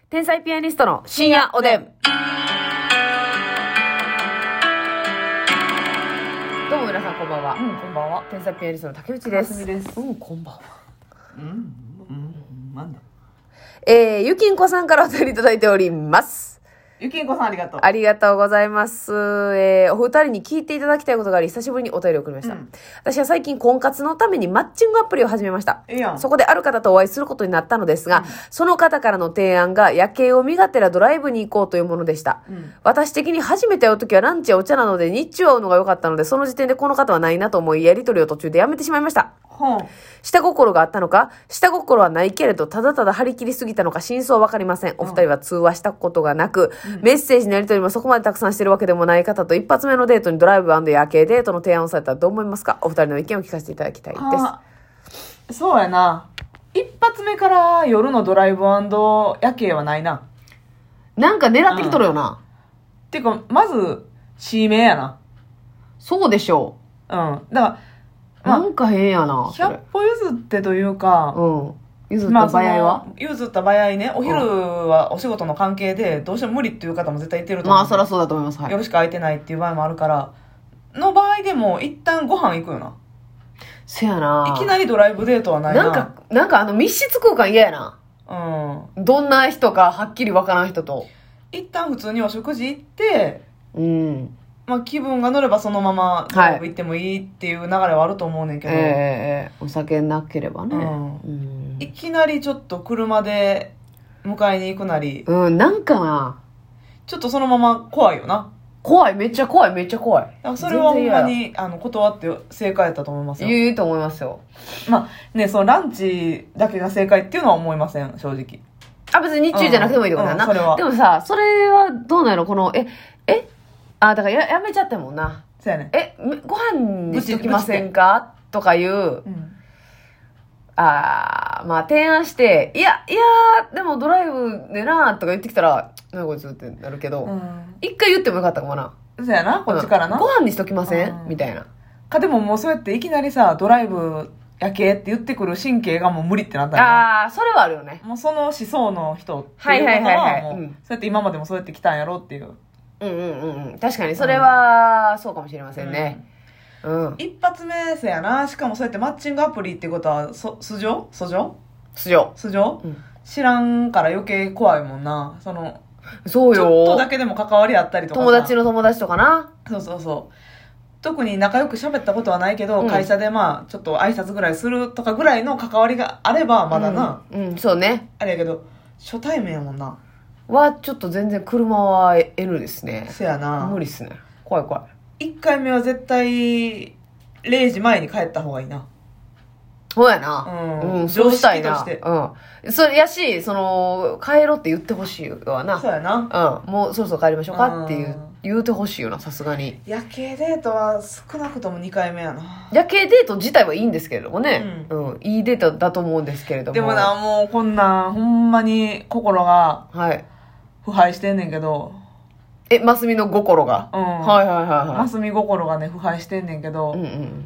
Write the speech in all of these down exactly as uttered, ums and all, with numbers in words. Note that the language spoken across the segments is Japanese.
天才ピアニストの深夜おでん。どうも皆さんこんばんは。 うん、こんばんは。 天才ピアニストの竹内です。 ますみです。 うん、こんばんは。 うん、うん、なんだ。 えー、ゆきんこさんからお便りいただいております。 ゆきんこさんありがとう。 ありがとうございます。えー、お二人に聞いていただきたいことがあり、久しぶりにお便りを送りました。うん、私は最近婚活のためにマッチングアプリを始めました。 ええやん。 そこである方とお会いすることになったのですが、うん、その方からの提案が夜景を見がてらドライブに行こうというものでした。うん、私的に初めて会うときはランチやお茶なので日中会うのが良かったので、その時点でこの方はないなと思い、やりとりを途中でやめてしまいました。 はあ、 下心があったのか、下心はないけれどただただ張り切りすぎたのか真相はわかりません。お二人は通話したことがなく、うん、メッセージのやり取りもそこまでたくさんしてるわけでもない方と一発目のデートにドライブ&夜景デートの提案をされたらどう思いますか？お二人の意見を聞かせていただきたいです。 そうやな。一発目から夜のドライブ&夜景はないな。 なんか狙ってきとるよな。 うん、てかまず指名やな。 そうでしょう。うん。だからなんか変やな。 ひゃっぽ譲ってというか、 うん。譲った場合は、 まあ、譲った場合ね、お昼はお仕事の関係でどうしても無理っていう方も絶対いてると思う。 まあ、そりゃそうだと思います。はい。 夜しか空いてないっていう場合もあるから、の場合でも一旦ご飯行くよな。 せやな。 いきなりドライブデートはないな。 なんか、なんかあの密室空間嫌やな。 うん。 どんな人かはっきりわからん人と。 一旦普通にお食事行って、 うん。 まあ、気分が乗ればそのままドライブ行ってもいいっていう流れはあると思うねんけど、 はい、えー、お酒なければね、 うんうん、 いきなりちょっと車で迎えに行くなり、 うん、なんかなちょっとそのまま怖いよな。 怖い、めっちゃ怖い、めっちゃ怖い。 それはほんまにあの断って正解やったと思いますよ。 いいと思いますよ。 まあね、そのランチだけが正解っていうのは思いません、正直。 あ、別に日中じゃなくてもいいってことだな、 うんうん、それは。 でもさ、それはどうなの？この、え、えあ、だからや、やめちゃったもんな。 そうやね。 え、ご飯にしときませんかとかいう、うん、あまあ提案して、いや、いやでもドライブでなとか言ってきたら、なにこいつってなるけど、うん、一回言ってもよかったかもな。 そうやな、こっちからな。 ご飯にしときません、 うん、 みたいな。 か、でももうそうやっていきなりさ、ドライブ夜景って言ってくる神経がもう無理ってなったら。 ああ、それはあるよね。 もうその思想の人っていうことは、もう、そうやって今までもそうやって来たんやろっていう。 うんうんうんうん。確かにそれはそうかもしれませんね。うん。うん、 一発目せやな。しかもそうやってマッチングアプリっていうことは、そ、素性素性素性。 素性、うん、知らんから余計怖いもんな。その、 そうよ。ちょっとだけでも関わりあったりとか。 友達の友達とかな。 そうそうそう。特に仲良く喋ったことはないけど、うん、会社でまあ、ちょっと挨拶ぐらいするとかぐらいの関わりがあれば、まだな。 うん、うん、そうね。 あれやけど、初対面やもんな。 はちょっと全然車は N ですね。 せやな。 無理っすね。怖い怖い。いっかいめは絶対れいじまえに帰った方がいいな。 そうやな。うん。うん、そうしたいな。 常識として。 うん。それやし、その、帰ろうって言ってほしいわな。 そうやな。 うん。もうそろそろ帰りましょうかっていう、言うてほしいよな、さすがに。 夜景デートは少なくともにかいめやな。 夜景デート自体はいいんですけれどもね。うん。うん、いいデートだと思うんですけれども。 でもな、もうこんなん、ほんまに心が、はい。腐敗してんねんけど。 え、マスミの心が。 うん。 はいはいはいはい。 マスミ心がね、腐敗してんねんけど。 うんうん。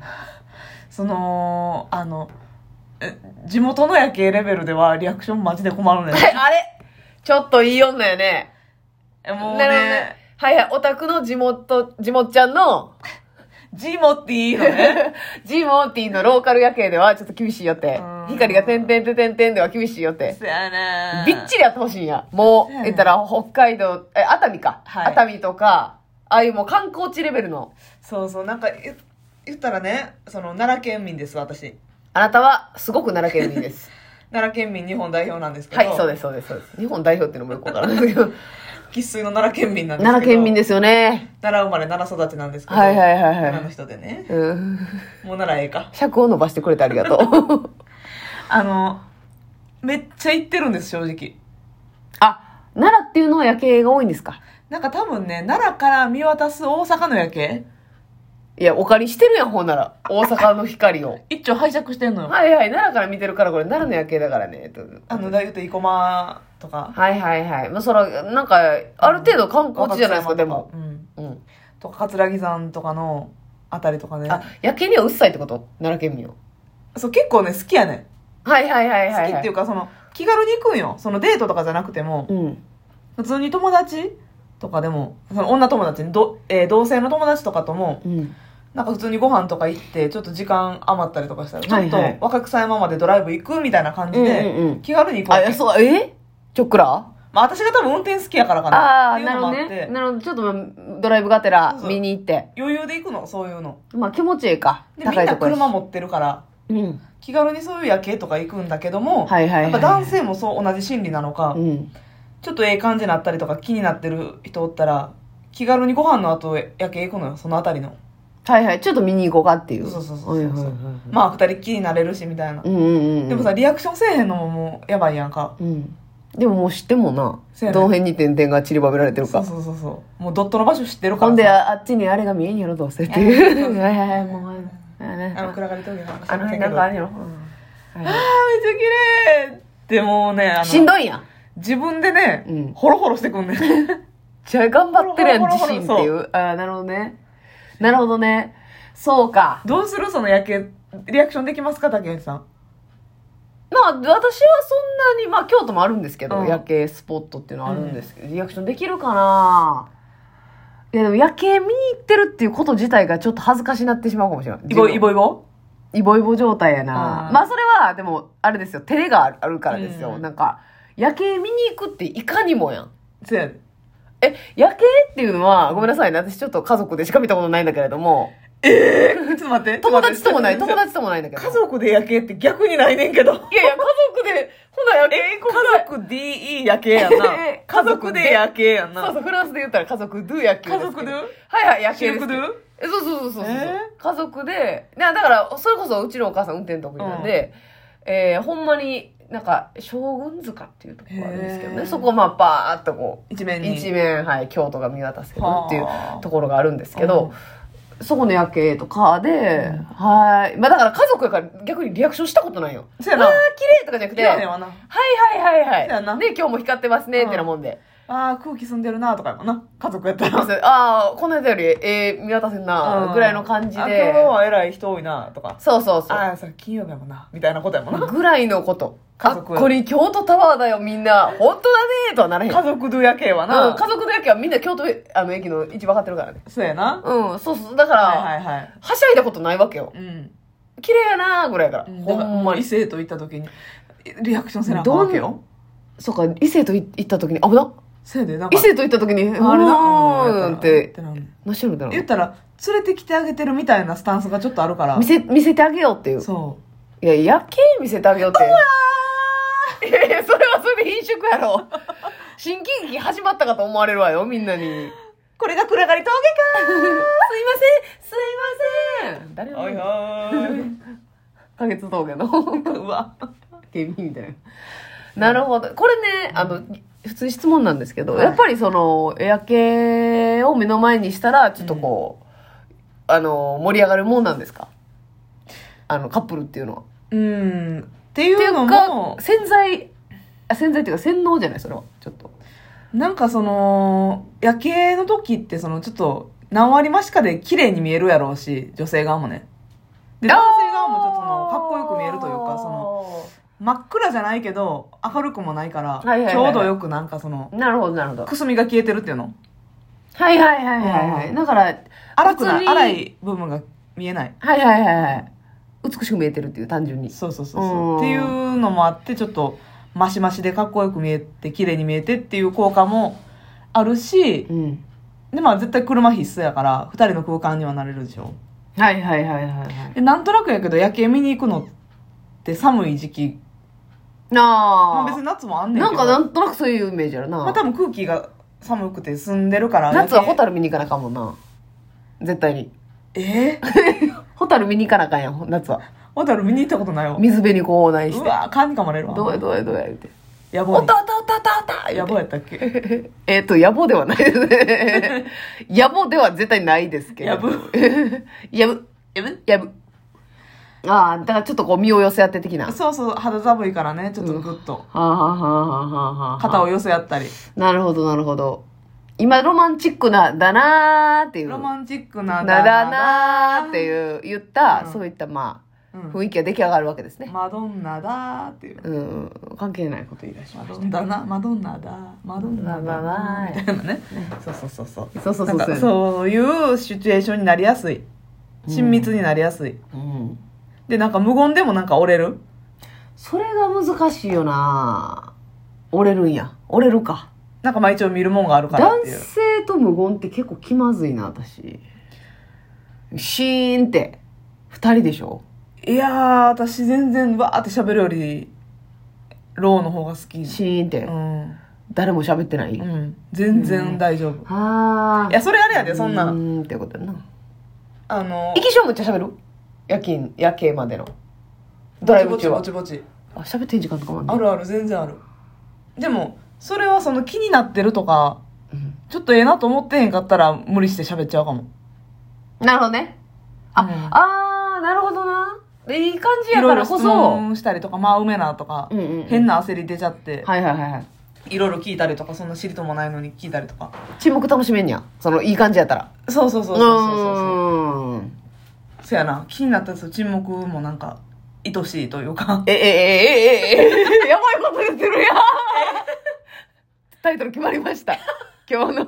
その、あの、え、地元の夜景レベルではリアクションマジで困るねん。 あれちょっといい女やね。 え、もうね。ねはいはい、オタクの地元、地元ちゃんの、 ジモティーのね。 ジモティーのローカル夜景ではちょっと厳しいよって。光が点々て点々では厳しいよって。 そやね。 びっちりやってほしいんや。もう、言ったら北海道、え、熱海か。はい、熱海とか、ああいうもう観光地レベルの。 そうそう、なんか言、言ったらね、その奈良県民です、私。 あなたはすごく奈良県民です。 奈良県民日本代表なんですけど。 はい、そうです、そうです、そうです。日本代表っていうのもよくわからないですけど。 生粋の奈良県民なんですけど。 奈良県民ですよね。 奈良生まれ奈良育ちなんですけど。 はいはいはいはい。 奈良の人でね。うん。もう奈良ええか。 尺を伸ばしてくれてありがとう。 あの、めっちゃ行ってるんです、正直。 あ、奈良っていうのは夜景が多いんですか？ なんか多分ね、奈良から見渡す大阪の夜景？ いや、お借りしてるやん、ほんなら。大阪の光を。 一丁拝借してんのよ。 はいはい、奈良から見てるから、これ奈良の夜景だからね。 あの、だ言うと生駒とか。 はいはいはい。まあ、そら、なんか、ある程度観光地じゃないですか、でも。 うん。うん。とか、桂木山とかのあたりとかね。 あ、夜景にはうっさいってこと？奈良県民は。 そう、結構ね、好きやねん。 はいはいはいはい、はい。 好きっていうか、その、 気軽に行くんよ。そのデートとかじゃなくても、 うん。 普通に友達とかでも、その女友達にど、えー同性の友達とかとも、 うん。 なんか普通にご飯とか行って、ちょっと時間余ったりとかしたら、ちょっとはいはい若草山までドライブ行くみたいな感じうんうんうでん、 気軽に行くわあ、 け。 えそう、えちょっくらまあ私が多分運転好きやからかあな。 あ、 っていうなるほどのもあってね。、なるほど。ちょっとまあドライブがてらそうそう見に行って。 余裕で行くの、そういうの。 まあ気持ちいいか。 で、みんな高いとこやし車持ってるから、 うん。 気軽にそういう夜景とか行くんだけども、 はいはいはいやっぱ男性もそう同じ心理なのか、 うん。 ちょっとええ感じになったりとか気になってる人おったら、気軽にご飯の後夜景行くのよ、そのあたりの。 はいはい。ちょっと見に行こうかっていう。 そうそうそうそう。 はいはいはい。 まあ二人っきりになれるしみたいな。 うんうんうん。 でもさ、リアクションせえへんのももうやばいやんか。 うん。でももう知ってんもんな。 そうやねどの辺に点々が散りばめられてるか。 そうそうそうそう。もうドットの場所知ってるからさ。 ほんで、ああっちにあれが見えんやろ、どうせっていう。はいはいはい、もう。ああの、暗がり峠の話あの辺なんかあるやろ。うんあー、めっちゃ綺麗ってもうね、あの、 しんどいんや。 自分でね、 うんホロホロしてくんねん。 じゃあ頑張ってるやん、 ほろほ自ろほろ信っていう。ああ、なるほどね。なるほどね。そうか。 どうするその夜景、リアクションできますか竹内さん。 まあ、私はそんなに、まあ、京都もあるんですけど、 うん夜景スポットっていうのはあるんですけど、リアクションできるかないや、でも夜景見に行ってるっていうこと自体がちょっと恥ずかしなってしまうかもしれない。 イボイボイボイボイボ状態やな。 うんまあ、それは、でも、あれですよ、照れがあるからですよ。 うんなんか、夜景見に行くっていかにもやん。 そうやで。 え、夜景っていうのは、ごめんなさいね。私ちょっと家族でしか見たことないんだけれども、 えー、ちょっと待って。 友達ともない、友達。 達ともないんだけど。 家族で夜景って逆にないねんけど。 いやいや、家族で、ほな夜景え、 行こう家族 ディーイー 夜景やんなえ。 家族で夜景やんな。 そうそう、フランスで言ったら家族ドゥ夜景ですけど。 家族ドゥはいはい、夜景ですけど。 シルクドゥえそうそうそうそうそう、 え家族で、なだから、それこそうちのお母さん運転得意なんで、えーほんまに、なんか、将軍塚っていうところがあるんですけどね、 へーそこまあ、バーっとこう、 一面に。 一面、はい、京都が見渡せるっていうはあところがあるんですけど、そこの夜景とかで、はい。まあだから家族やから逆にリアクションしたことないよ。 そうやなあー、綺麗とかじゃなくて、はい綺麗やわな。 はいはいそうやなはい。で、今日も光ってますね、ってなもんで。 あー、空気澄んでるなとかやもんな。家族やったら。 ああ、この間より、えー、見渡せんな、ぐらいの感じあ今日で。 は偉い人多いなとか。 そうそうそう。 ああ、それ金曜日やもんな。みたいなことやもんな。 ぐらいのこと。 家族あっこに京都タワーだよ、みんな。本当だねとはならへん。 家族ドゥ夜景はうん、 な。 家族の夜景はみんな京都あの駅の一番分かってるからね。 そうやな。 うん、そうそう。だから、 はいはいはい。 はしゃいだことないわけよ。 うん。 綺麗やなぐらいから。ほほんんまに。 ま異性と行った時に、リアクションせなあかんわけよ。 そうか、異性とい行った時に、危な。 そうやで、なんか。 異性と行った時に、うあれなーんって、 なんねん何してるんだろう。 言ったら、連れてきてあげてるみたいなスタンスがちょっとあるから。 見せ、見せてあげようっていう。 そいや、夜景見せてあげようって。いやいや、それはそれで飲食やろ。新喜劇始まったかと思われるわよ、みんなに。すいまう。これが暗がり峠せん、すいません。誰かもおいおい。 花月峠のうわ。 警備員みたいな。なるほど。これね、あの、普通に質問なんですけど、 はいやっぱりその、夜景を目の前にしたら、ちょっとこう、あの、盛り上がるもんなんですか？あの、カップルっていうのは。 うん。っていっていううのかも、、 潜在、あ、潜在っていうか洗脳じゃないそれは。ちょっと。 なんかその、夜景の時ってそのちょっと何割増しかで綺麗に見えるやろうし、女性側もね。で、男性側もちょっとそのかっこよく見えるというか、その、真っ暗じゃないけど明るくもないから、 はいはいはいちょうどよくなんかその、 なるほど、なるほど。 くすみが消えてるっていうの。 はいはいはいはい、はい。 うんだから、 荒くない、 普通に荒い部分が見えない。 はいはいはいはい。美しく見えてるっていう、単純に。 そうそうそううんそう。っていうのもあって、ちょっと、マシマシでかっこよく見えて、綺麗に見えてっていう効果もあるし、 うん。 で、まあ絶対車必須やから、二人の空間にはなれるでしょ。 はいはいはいはいはい。 で、なんとなくやけど夜景見に行くのって寒い時期、 なあ。 まあ別に夏もあんねんけど。 なんかなんとなくそういうイメージあるな。 まあ多分空気が寒くて澄んでるから。 夏はホタル。 ル見に行かなあかんもんな。絶対に。 えー、 ホタル見に行かなあかんやん、夏は。 ホタル見に行ったことないわ。 水辺にこうないして。 うわ蚊に噛まれるわ。 どうやどうやどうや言うて。 野望に。 おたおたおたおたおた野望やったっけえっと、野暮ではないですね。野暮では絶対ないですけど。 やぶやぶ。やぶやぶ。ああ、だからちょっとこう身を寄せ合って的な。はそうそう、肌寒いからね、ちょっとグッと。 あ、はあはあはあはあはあ、 肩を寄せ合ったり。 なるほどなるほど。今ロマンチックな、だなーっていう。 ロマンチックななだなーっていう、言った、 うんそういったまあ、 うん雰囲気が出来上がるわけですね。 マドンナだーっていう。 うん、関係ないこと言い出しマました。 ドンナだ、マドンナだ、マドンナだまあまあまあみたいなね。そうそうそうそう。 そうそうそうなんかそういうシチュエーションになりやすい。親密になりやすい。 うん。 で、なんか無言でもなんか折れる。 それが難しいよな折れるんや。折れるか。 なんかまあ一応見るもんがあるからっ男ていう。 性と無言って結構気まずいな、私。シーンって、二人でしょ？ いやー、私全然わーって喋るより、ローの方が好き。 シーンって、 うん。 誰も喋ってない。 うん。全然大丈夫。 あいや、それあれやで、そんな。 うーんってことやな。 あの、 行きしょうむっちゃ喋る？夜勤、夜景までの。ドライブ中はぼち。ぼちぼち。 あ、喋ってん時間とかもあんのあるある、全然ある。でも、それはその気になってるとか、 うんちょっとええなと思ってへんかったら無理して喋っちゃうかも。 なるほどね。あ、 うんあー、なるほどな。いい感じやいろいろ質からこそ。 問したりとか、まあうめなとか、 うんうんうん変な焦り出ちゃって、 はいはいはいはい。 いろいろ聞いたりとか、そんな知りともないのに聞いたりとか。 沈黙楽しめんにゃ。その、いい感じやったら。 そうそうそうそうそうそうそう。 うーん。 そやな、気になったやつ沈黙もなんか、愛しいというか。 え、え、え、え、え、え、やばいこと言ってるやん。タイトル決まりました。今日の。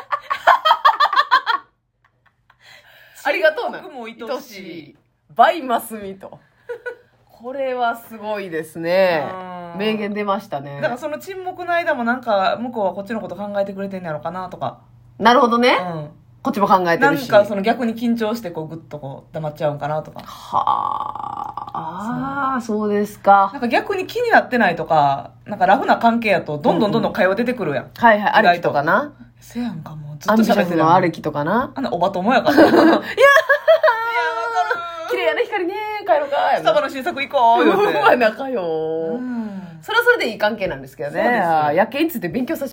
ありがとうな。 沈黙も愛しい。 バイマスミと。これはすごいですねう。ん名言出ましたねだからその沈黙の間もなんか、向こうはこっちのこと考えてくれてんやろかなとか。 なるほどね。 うん。 こっちも考えてなんるし。 かその逆に緊張してこうグッとこう黙っちゃうんかなとか。 はあ、ああ、そうですかな。んか逆に気になってないとか、なんかラフな関係やとどんどんどんどん会話出てくるやん。 はいはい、 意外とアレキとかな。 せやんかもうずっアンビシャスと喋ってるやん。 のアレキとかな。 あんなおばともやから。いやー、いやー、わか綺麗やね、光ね、帰ろうか。 る。スタバの新作行こう、言うて。 うわ、仲ようんそれはそれでいい関係なんですけどね。 そうですよあー夜景について勉強させて